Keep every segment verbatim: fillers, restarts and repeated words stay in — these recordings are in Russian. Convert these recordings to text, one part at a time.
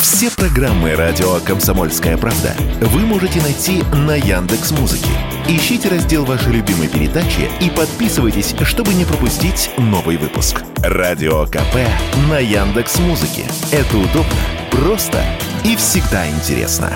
Все программы радио «Комсомольская правда» вы можете найти на Яндекс.Музыке. Ищите раздел вашей любимой передачи и подписывайтесь, чтобы не пропустить новый выпуск. Радио КП на Яндекс.Музыке. Это удобно, просто и всегда интересно.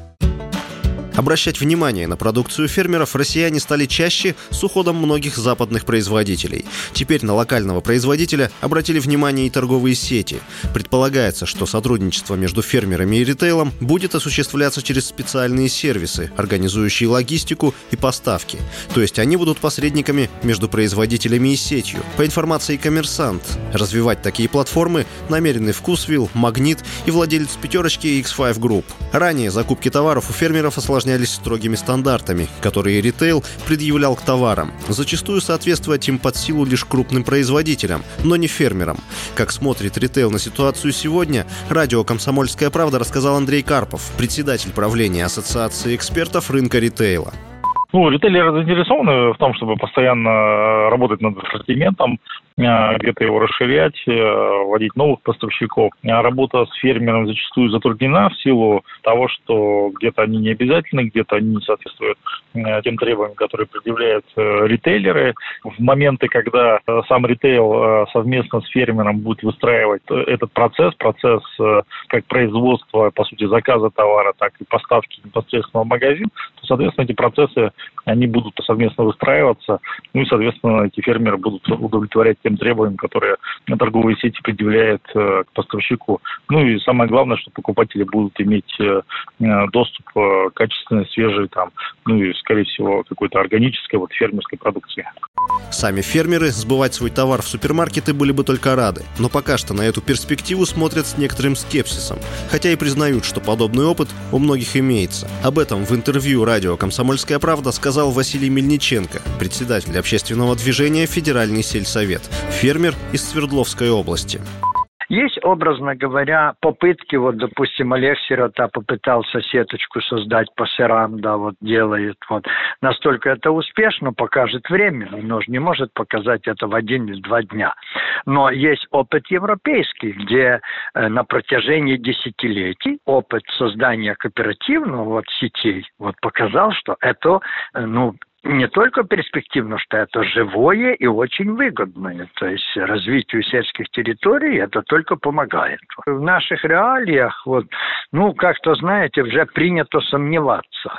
Обращать внимание на продукцию фермеров россияне стали чаще с уходом многих западных производителей. Теперь на локального производителя обратили внимание и торговые сети. Предполагается, что сотрудничество между фермерами и ритейлом будет осуществляться через специальные сервисы, организующие логистику и поставки. То есть они будут посредниками между производителями и сетью. По информации «Коммерсант», развивать такие платформы намерены Вкусвилл, Магнит и владелец «Пятерочки» икс пять Group. Ранее закупки товаров у фермеров осложнялись строгими стандартами, которые ритейл предъявлял к товарам. Зачастую соответствовать им под силу лишь крупным производителям, но не фермерам. Как смотрит ритейл на ситуацию сегодня, радио «Комсомольская правда» рассказал Андрей Карпов, председатель правления Ассоциации экспертов рынка ритейла. Ну, ритейлеры заинтересованы в том, чтобы постоянно работать над ассортиментом, где-то его расширять, вводить новых поставщиков. Работа с фермером зачастую затруднена в силу того, что где-то они не обязательны, где-то они не соответствуют тем требованиям, которые предъявляют ритейлеры. В моменты, когда сам ритейл совместно с фермером будет выстраивать этот процесс, процесс как производства, по сути, заказа товара, так и поставки непосредственно в магазин, то, соответственно, эти процессы, они будут совместно выстраиваться, ну и, соответственно, эти фермеры будут удовлетворять тем требованиям, которые торговые сети предъявляют э, к поставщику. Ну и самое главное, что покупатели будут иметь э, доступ к качественной, свежей, там, ну и, скорее всего, какой-то органической, вот, фермерской продукции. Сами фермеры сбывать свой товар в супермаркеты были бы только рады, но пока что на эту перспективу смотрят с некоторым скепсисом, хотя и признают, что подобный опыт у многих имеется. Об этом в интервью радио «Комсомольская правда» сказал Василий Мельниченко, председатель общественного движения «Федеральный сельсовет», фермер из Свердловской области. Есть, образно говоря, попытки, вот, допустим, Олег Сирота попытался сеточку создать по сырам, да, вот делает, вот. Настолько это успешно, покажет время, но же не может показать это в один или два дня. Но есть опыт европейский, где э, на протяжении десятилетий опыт создания кооперативных вот, сетей вот, показал, что это, э, ну, не только перспективно, что это живое и очень выгодное. То есть развитию сельских территорий это только помогает. В наших реалиях, вот, ну, как-то, знаете, уже принято сомневаться.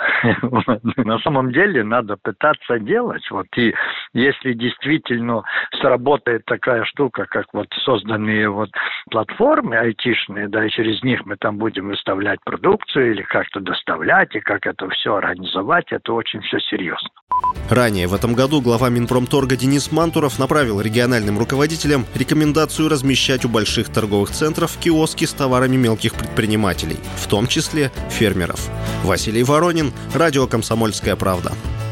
На самом деле надо пытаться делать. Вот, и если действительно сработает такая штука, как вот созданные вот платформы айтишные, да, и через них мы там будем выставлять продукцию или как-то доставлять, и как это все организовать, это очень все серьезно. Ранее в этом году глава Минпромторга Денис Мантуров направил региональным руководителям рекомендацию размещать у больших торговых центров киоски с товарами мелких предпринимателей, в том числе фермеров. Василий Воронин, радио «Комсомольская правда».